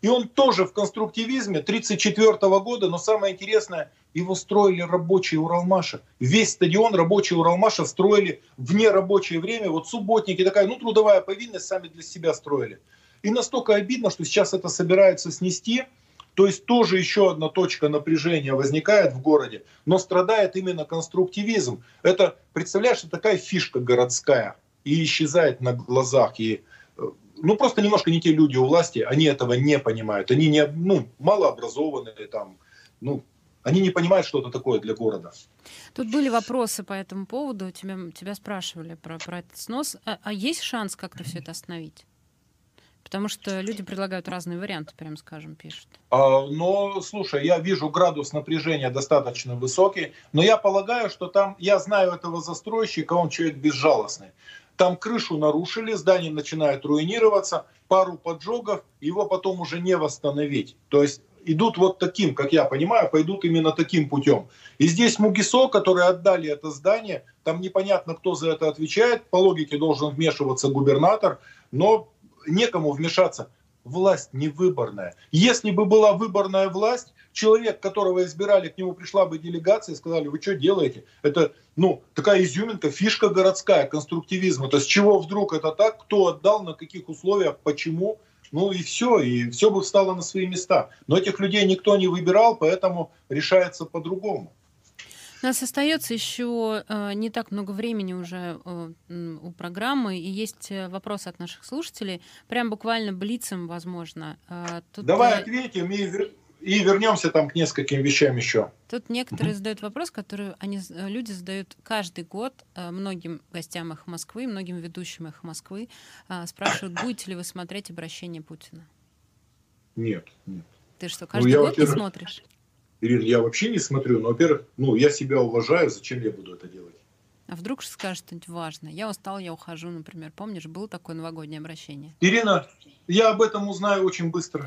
И он тоже в конструктивизме тысяча девятьсот тридцать четвёртого года, но самое интересное, его строили рабочие Уралмаша. Весь стадион рабочие Уралмаша строили в нерабочее время. Вот субботники такая, ну трудовая повинность, сами для себя строили. И настолько обидно, что сейчас это собираются снести. То есть тоже еще одна точка напряжения возникает в городе, но страдает именно конструктивизм. Это, представляешь, это такая фишка городская и исчезает на глазах. И, ну просто немножко не те люди у власти, они этого не понимают. Они не, ну, малообразованные, там, ну, они не понимают, что это такое для города. Тут были вопросы по этому поводу, тебя, тебя спрашивали про, про этот снос. А, а есть шанс как-то все это остановить? Потому что люди предлагают разные варианты, прям скажем, пишут. А, но, слушай, я вижу градус напряжения достаточно высокий, но я полагаю, что там, я знаю этого застройщика, он человек безжалостный. Там крышу нарушили, здание начинает руинироваться, пару поджогов, его потом уже не восстановить. То есть идут вот таким, как я понимаю, пойдут именно таким путем. И здесь МУГИСО, которые отдали это здание, там непонятно, кто за это отвечает, по логике должен вмешиваться губернатор, но некому вмешаться. Власть не выборная. Если бы была выборная власть, человек, которого избирали, к нему пришла бы делегация и сказали, вы что делаете? Это, ну, такая изюминка, фишка городская, конструктивизма. То есть, с чего вдруг это так? Кто отдал, на каких условиях, почему? Ну и все, и все бы встало на свои места. Но этих людей никто не выбирал, поэтому решается по-другому. У нас остается еще э, не так много времени уже э, у программы, и есть вопросы от наших слушателей, прям буквально блицем, возможно. Э, тут, Давай э, ответим и, и вернемся там к нескольким вещам еще. Тут некоторые задают вопрос, который они, люди задают каждый год э, многим гостям «Эхо Москвы», многим ведущим «Эхо Москвы», э, спрашивают, будете ли вы смотреть обращение Путина? Нет, нет. Ты что, каждый ну, год не смотришь? Ирина, я вообще не смотрю, но, во-первых, ну, я себя уважаю, зачем я буду это делать? А вдруг скажешь что-нибудь важное? Я устал, я ухожу, например. Помнишь, было такое новогоднее обращение? Ирина, я об этом узнаю очень быстро.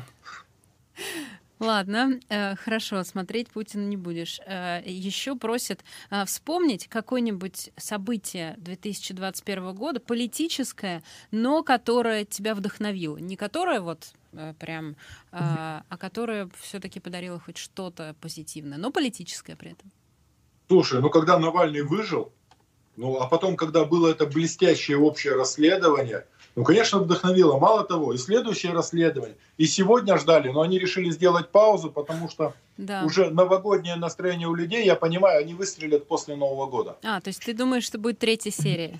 Ладно, э, хорошо, смотреть Путина не будешь. Э, еще просят э, вспомнить какое-нибудь событие две тысячи двадцать первого года, политическое, но которое тебя вдохновило. Не которое вот э, прям, э, а которое все-таки подарило хоть что-то позитивное, но политическое при этом. Слушай, ну когда Навальный выжил, ну а потом, когда было это блестящее общее расследование, ну, конечно, вдохновило. Мало того, и следующее расследование, и сегодня ждали, но они решили сделать паузу, потому что да. уже новогоднее настроение у людей, я понимаю, они выстрелят после Нового года. А, то есть ты думаешь, что будет третья серия?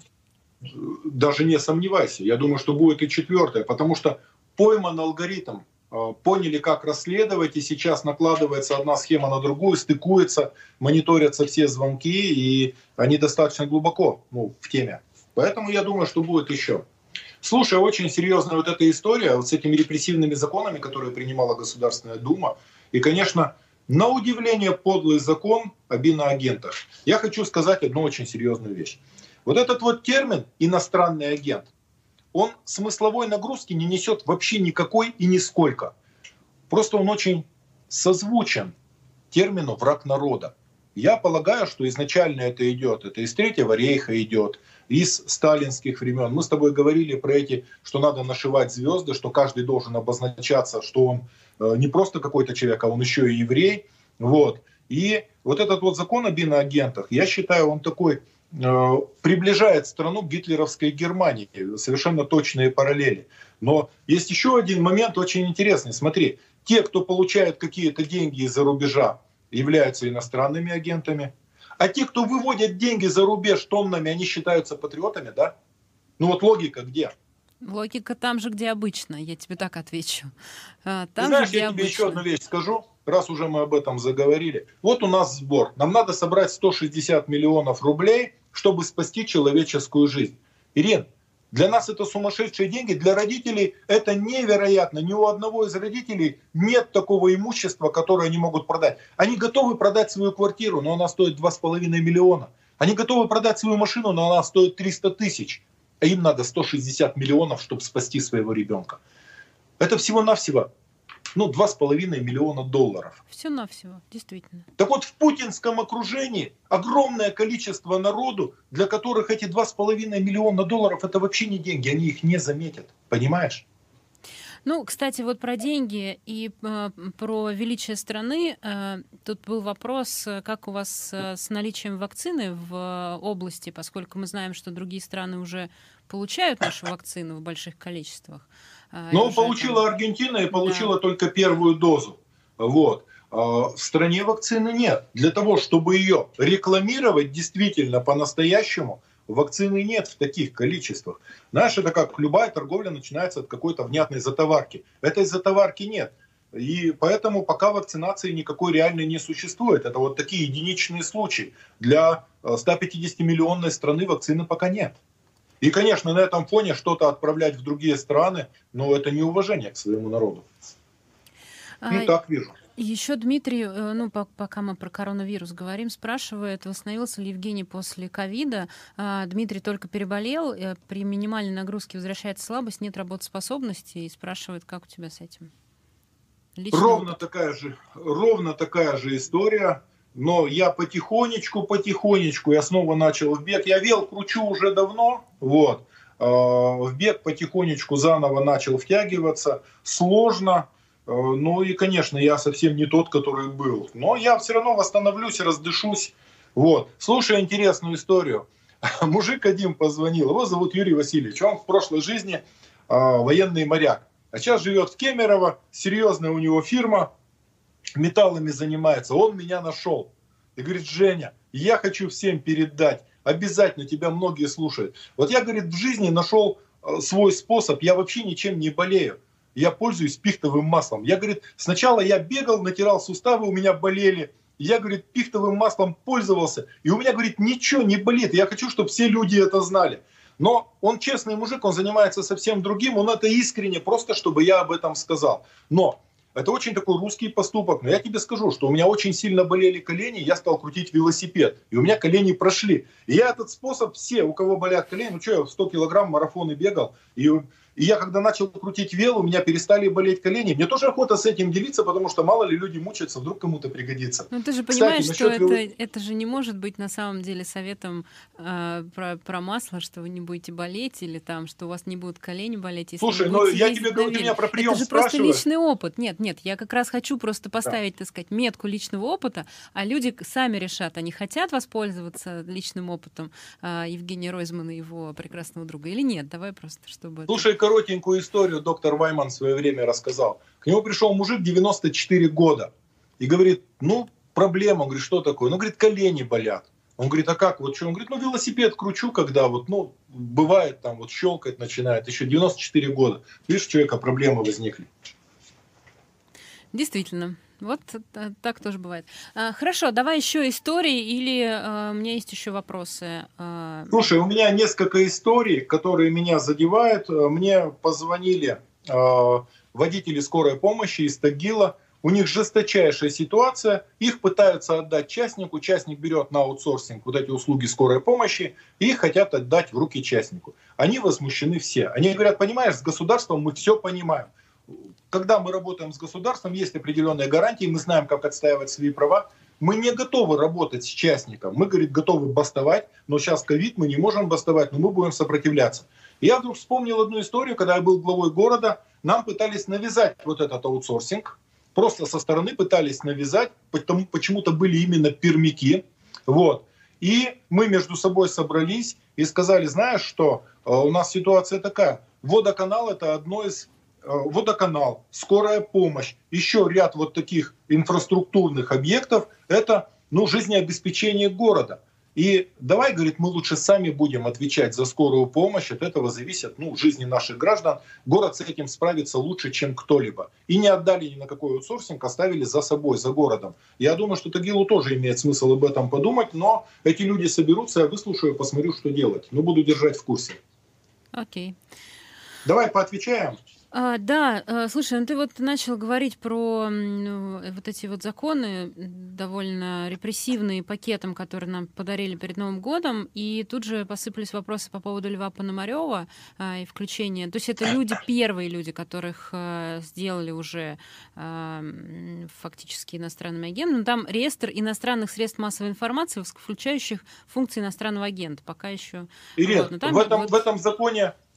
Даже не сомневайся. Я думаю, что будет и четвертая, потому что пойман алгоритм. Поняли, как расследовать, и сейчас накладывается одна схема на другую, стыкуется, мониторятся все звонки, и они достаточно глубоко ну, в теме. Поэтому я думаю, что будет еще. Слушай, очень серьезная вот эта история вот с этими репрессивными законами, которые принимала Государственная Дума. И, конечно, на удивление подлый закон об иноагентах. Я хочу сказать одну очень серьезную вещь. Вот этот вот термин «иностранный агент», он смысловой нагрузки не несет вообще никакой и нисколько. Просто он очень созвучен термину «враг народа». Я полагаю, что изначально это идет, это из Третьего рейха идет, из сталинских времен. Мы с тобой говорили про эти, что надо нашивать звезды, что каждый должен обозначаться, что он не просто какой-то человек, а он еще и еврей. Вот. И вот этот вот закон об иноагентах, я считаю, он такой э, приближает страну к гитлеровской Германии. Совершенно точные параллели. Но есть еще один момент очень интересный. Смотри, те, кто получает какие-то деньги из-за рубежа, являются иностранными агентами. А те, кто выводят деньги за рубеж тоннами, они считаются патриотами, да? Ну вот логика где? Логика там же, где обычно, я тебе так отвечу. Там Знаешь, же, где я тебе обычно. еще одну вещь скажу, раз уже мы об этом заговорили. Вот у нас сбор. Нам надо собрать сто шестьдесят миллионов рублей, чтобы спасти человеческую жизнь. Ирин, для нас это сумасшедшие деньги, для родителей это невероятно. Ни у одного из родителей нет такого имущества, которое они могут продать. Они готовы продать свою квартиру, но она стоит два с половиной миллиона. Они готовы продать свою машину, но она стоит триста тысяч. А им надо сто шестьдесят миллионов, чтобы спасти своего ребенка. Это всего-навсего ну, два с половиной миллиона долларов. Всего-навсего, действительно. Так вот, в путинском окружении огромное количество народу, для которых эти два с половиной миллиона долларов это вообще не деньги, они их не заметят. Понимаешь? Ну, кстати, вот про деньги и э, про величие страны. Э, тут был вопрос, э, как у вас э, с наличием вакцины в э, области, поскольку мы знаем, что другие страны уже получают нашу вакцину в больших количествах. Э, и Но уже получила там, Аргентина и да. получила только первую дозу. Вот. А в стране вакцины нет. Для того, чтобы ее рекламировать действительно по-настоящему, вакцины нет в таких количествах. Знаешь, это как любая торговля начинается от какой-то внятной затоварки. Этой затоварки нет. И поэтому пока вакцинации никакой реальной не существует. Это вот такие единичные случаи. Для ста пятидесятимиллионной страны вакцины пока нет. И, конечно, на этом фоне что-то отправлять в другие страны, но это неуважение к своему народу. Ну, А, так вижу. Еще Дмитрий, э, ну, по- пока мы про коронавирус говорим, спрашивает, восстановился ли Евгений после ковида. А, Дмитрий только переболел, э, при минимальной нагрузке возвращается слабость, нет работоспособности, и спрашивает, как у тебя с этим? Личный Ровно опыт. такая же, ровно такая же история. Но я потихонечку, потихонечку, я снова начал в бег. Я вел кручу уже давно, вот. Э, В бег потихонечку заново начал втягиваться. Сложно. Э, Ну и, конечно, я совсем не тот, который был. Но я все равно восстановлюсь, раздышусь. Вот. Слушай интересную историю. Мужик один позвонил. Его зовут Юрий Васильевич. Он в прошлой жизни э, военный моряк. А сейчас живет в Кемерово. Серьезная у него фирма. Металлами занимается. Он меня нашел. И говорит: Женя, я хочу всем передать. Обязательно, тебя многие слушают. Вот я, говорит, в жизни нашел э, свой способ. Я вообще ничем не болею. Я пользуюсь пихтовым маслом. Я, говорит, сначала я бегал, натирал суставы, у меня болели. Я, говорит, пихтовым маслом пользовался. И у меня, говорит, ничего не болит. Я хочу, чтобы все люди это знали. Но он честный мужик, он занимается совсем другим. Он это искренне, просто чтобы я об этом сказал. Но это очень такой русский поступок. Но я тебе скажу, что у меня очень сильно болели колени, я стал крутить велосипед. И у меня колени прошли. И я этот способ, все, у кого болят колени, ну что, я в сто килограмм марафоны бегал. И, и я когда начал крутить вел, у меня перестали болеть колени. Мне тоже охота с этим делиться, потому что мало ли люди мучаются, вдруг кому-то пригодится. Ну, ты же Кстати, понимаешь, что насчет это, вело- это же не может быть на самом деле советом э, про, про масло, что вы не будете болеть, или там, что у вас не будут колени болеть, если вы Слушай, ну будете я ездить тебе на говорю, ты веле. меня про Это прием же просто спрашиваешь. личный опыт. Нет, нет, я как раз хочу просто Да. поставить, так сказать, метку личного опыта, а люди к- сами решат, они хотят воспользоваться личным опытом э, Евгения Ройзмана и его прекрасного друга или нет. Давай просто, чтобы это... Слушай коротенькую историю, доктор Вайман в свое время рассказал. К нему пришел мужик девяносто четыре года и говорит: ну, проблема. Он говорит: что такое? Ну, говорит, колени болят. Он говорит: а как? Вот что? Он говорит: ну, велосипед кручу, когда вот, ну, бывает там, вот щелкать начинает. Еще девяносто четыре года. Видишь, у человека проблемы возникли. Действительно. Вот э, так тоже бывает. А, Хорошо, давай еще истории или э, у меня есть еще вопросы. А, Слушай, у меня несколько историй, которые меня задевают. Э, Мне позвонили э, водители скорой помощи из Тагила. У них жесточайшая ситуация. Их пытаются отдать частнику. Частник берет на аутсорсинг вот эти услуги скорой помощи и их хотят отдать в руки частнику. Они возмущены все. Они говорят: понимаешь, с государством мы все понимаем. Когда мы работаем с государством, есть определенные гарантии, мы знаем, как отстаивать свои права. Мы не готовы работать с частником. Мы, говорит, готовы бастовать, но сейчас ковид, мы не можем бастовать, но мы будем сопротивляться. И я вдруг вспомнил одну историю, когда я был главой города, нам пытались навязать вот этот аутсорсинг. Просто со стороны пытались навязать, потому, почему-то были именно пермяки. Вот. И мы между собой собрались и сказали: знаешь что, э, у нас ситуация такая. Водоканал — это одно из водоканал, скорая помощь, еще ряд вот таких инфраструктурных объектов, это, ну, жизнеобеспечение города. И давай, говорит, мы лучше сами будем отвечать за скорую помощь, от этого зависят, ну, жизни наших граждан. Город с этим справится лучше, чем кто-либо. И не отдали ни на какой аутсорсинг, оставили за собой, за городом. Я думаю, что Тагилу тоже имеет смысл об этом подумать, но эти люди соберутся, я выслушаю, посмотрю, что делать. Но буду держать в курсе. Окей. Давай поотвечаем. А, да, э, слушай, ну ты вот начал говорить про м, ну, э, вот эти вот законы, м, довольно репрессивные пакетом, которые нам подарили перед Новым годом, и тут же посыпались вопросы по поводу Льва Пономарева а, и включения. То есть это люди, первые люди, которых э, сделали уже а, м, фактически иностранными агентами. Ну, там реестр иностранных средств массовой информации, включающих функции иностранного агента. Пока еще... Ирин, Вот, но там в этом, вот... в этом законе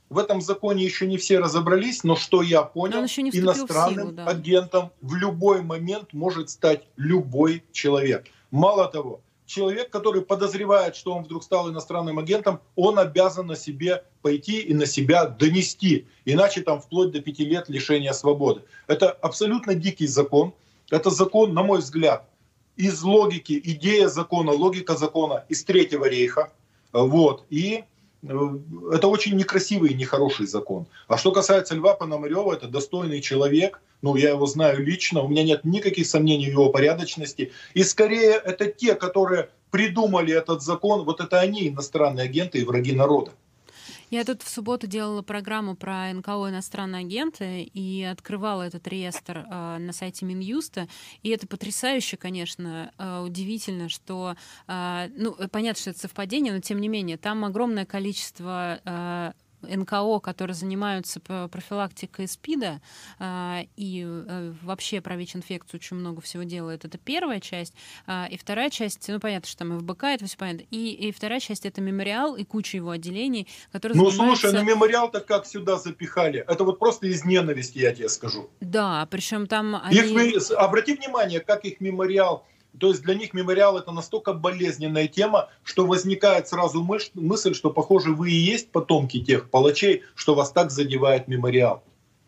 в этом законе еще не все разобрались, но что я понял, иностранным да. агентом в любой момент может стать любой человек. Мало того, человек, который подозревает, что он вдруг стал иностранным агентом, он обязан на себе пойти и на себя донести. Иначе там вплоть до пяти лет лишения свободы. Это абсолютно дикий закон. Это закон, на мой взгляд, из логики, идея закона, логика закона из Третьего рейха. Вот. И это очень некрасивый и нехороший закон. А что касается Льва Пономарева, это достойный человек. Ну, я его знаю лично, у меня нет никаких сомнений в его порядочности. И скорее это те, которые придумали этот закон, вот это они, иностранные агенты и враги народа. Я тут в субботу делала программу про эн ка о «Иностранные агенты» и открывала этот реестр э, на сайте Минюста. И это потрясающе, конечно, э, удивительно, что... Э, ну, понятно, что это совпадение, но тем не менее, там огромное количество... Э, эн ка о, которые занимаются профилактикой СПИДа э, и э, вообще про ВИЧ-инфекцию очень много всего делают. Это первая часть. Э, и вторая часть, ну, понятно, что там эф бэ ка, это все понятно. И, и вторая часть — это мемориал и куча его отделений, которые ну, занимаются... слушай, ну мемориал-то как сюда запихали? Это вот просто из ненависти, я тебе скажу. Да, причем там... Они... Их, обрати внимание, как их мемориал... То есть для них мемориал — это настолько болезненная тема, что возникает сразу мысль, что, похоже, вы и есть потомки тех палачей, что вас так задевает мемориал.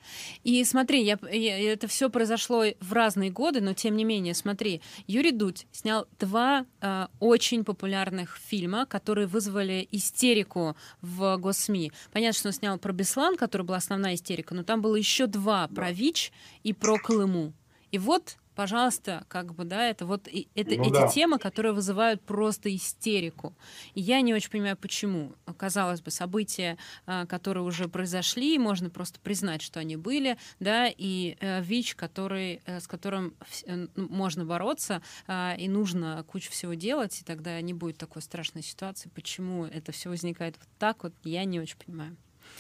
И смотри, я, я, это все произошло в разные годы, но тем не менее, смотри, Юрий Дудь снял два э, очень популярных фильма, которые вызвали истерику в госсми. Понятно, что он снял про Беслан, который была основная истерика, но там было еще два про ВИЧ и про Колыму. И вот, пожалуйста, как бы, да, это вот это, ну, эти да. темы, которые вызывают просто истерику. И я не очень понимаю, почему. Казалось бы, события, которые уже произошли, можно просто признать, что они были, да, и ВИЧ, который, с которым можно бороться, и нужно кучу всего делать, и тогда не будет такой страшной ситуации. Почему это все возникает вот так вот, я не очень понимаю.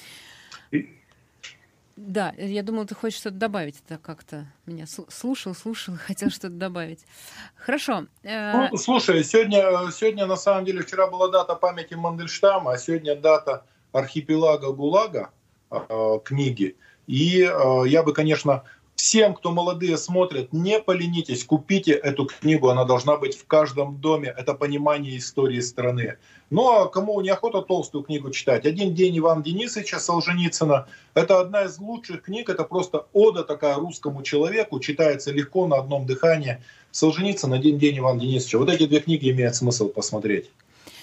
Да, я думала, ты хочешь что-то добавить. Это как-то меня слушал, слушал, хотел что-то добавить. Хорошо. Ну, слушай, сегодня, сегодня на самом деле, вчера была дата памяти Мандельштама, а сегодня дата архипелага ГУЛАГа, э, книги. И э, я бы, конечно, всем, кто молодые смотрят, не поленитесь, купите эту книгу, она должна быть в каждом доме. Это понимание истории страны. Ну а кому неохота толстую книгу читать? «Один день Ивана Денисовича» Солженицына. Это одна из лучших книг, это просто ода такая русскому человеку, читается легко на одном дыхании. Солженицын «Один день Ивана Денисовича». Вот эти две книги имеет смысл посмотреть.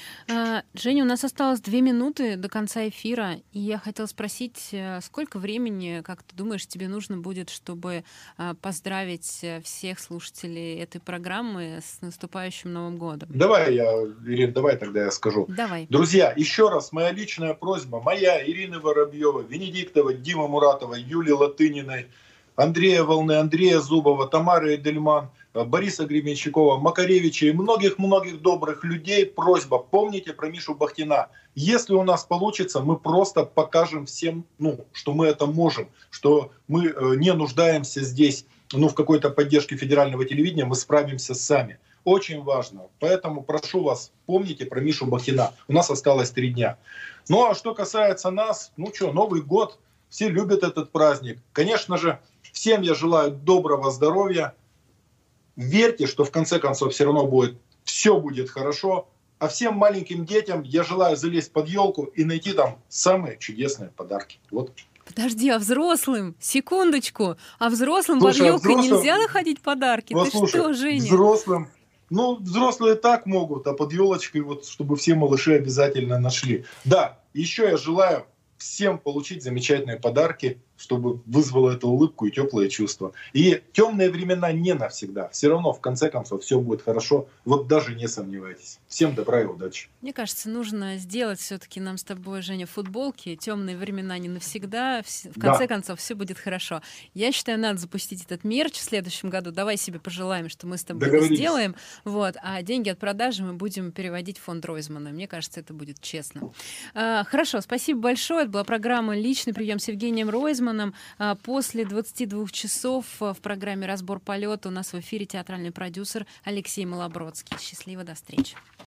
Женя, у нас осталось две минуты до конца эфира, и я хотела спросить, сколько времени, как ты думаешь, тебе нужно будет, чтобы поздравить всех слушателей этой программы с наступающим Новым годом? Давай, я, Ирина, давай тогда я скажу. Давай. Друзья, еще раз моя личная просьба, моя, Ирины Воробьевой, Венедиктова, Димы Муратова, Юлии Латыниной, Андрея Волны, Андрея Зубова, Тамары Эдельман, Бориса Гребенщикова, Макаревича и многих-многих добрых людей. Просьба, помните про Мишу Бахтина. Если у нас получится, мы просто покажем всем, ну, что мы это можем, что мы не нуждаемся здесь ну, в какой-то поддержке федерального телевидения, мы справимся сами. Очень важно. Поэтому прошу вас, помните про Мишу Бахтина. У нас осталось три дня. Ну а что касается нас, ну что, Новый год. Все любят этот праздник. Конечно же, всем я желаю доброго здоровья. Верьте, что в конце концов все равно будет, все будет хорошо. А всем маленьким детям я желаю залезть под елку и найти там самые чудесные подарки. Вот. Подожди, а взрослым? Секундочку. А взрослым Слушай, под елкой а взрослым... нельзя находить подарки? Послушай, Ты что, Женя? Взрослым... Ну, взрослые так могут, а под елочкой, вот, чтобы все малыши обязательно нашли. Да, еще я желаю всем получить замечательные подарки, чтобы вызвало эту улыбку и теплые чувства. И темные времена не навсегда. Все равно, в конце концов, все будет хорошо. Вот даже не сомневайтесь. Всем добра и удачи. Мне кажется, нужно сделать все-таки нам с тобой, Женя, футболки. Темные времена не навсегда. В конце да. концов, все будет хорошо. Я считаю, надо запустить этот мерч в следующем году. Давай себе пожелаем, что мы с тобой это сделаем. Вот. А деньги от продажи мы будем переводить в фонд Ройзмана. Мне кажется, это будет честно. А, хорошо, спасибо большое. Это была программа «Личный прием» с Евгением Ройзманом. После двадцати двух часов в программе «Разбор полета» у нас в эфире театральный продюсер Алексей Малобродский. Счастливо, до встречи.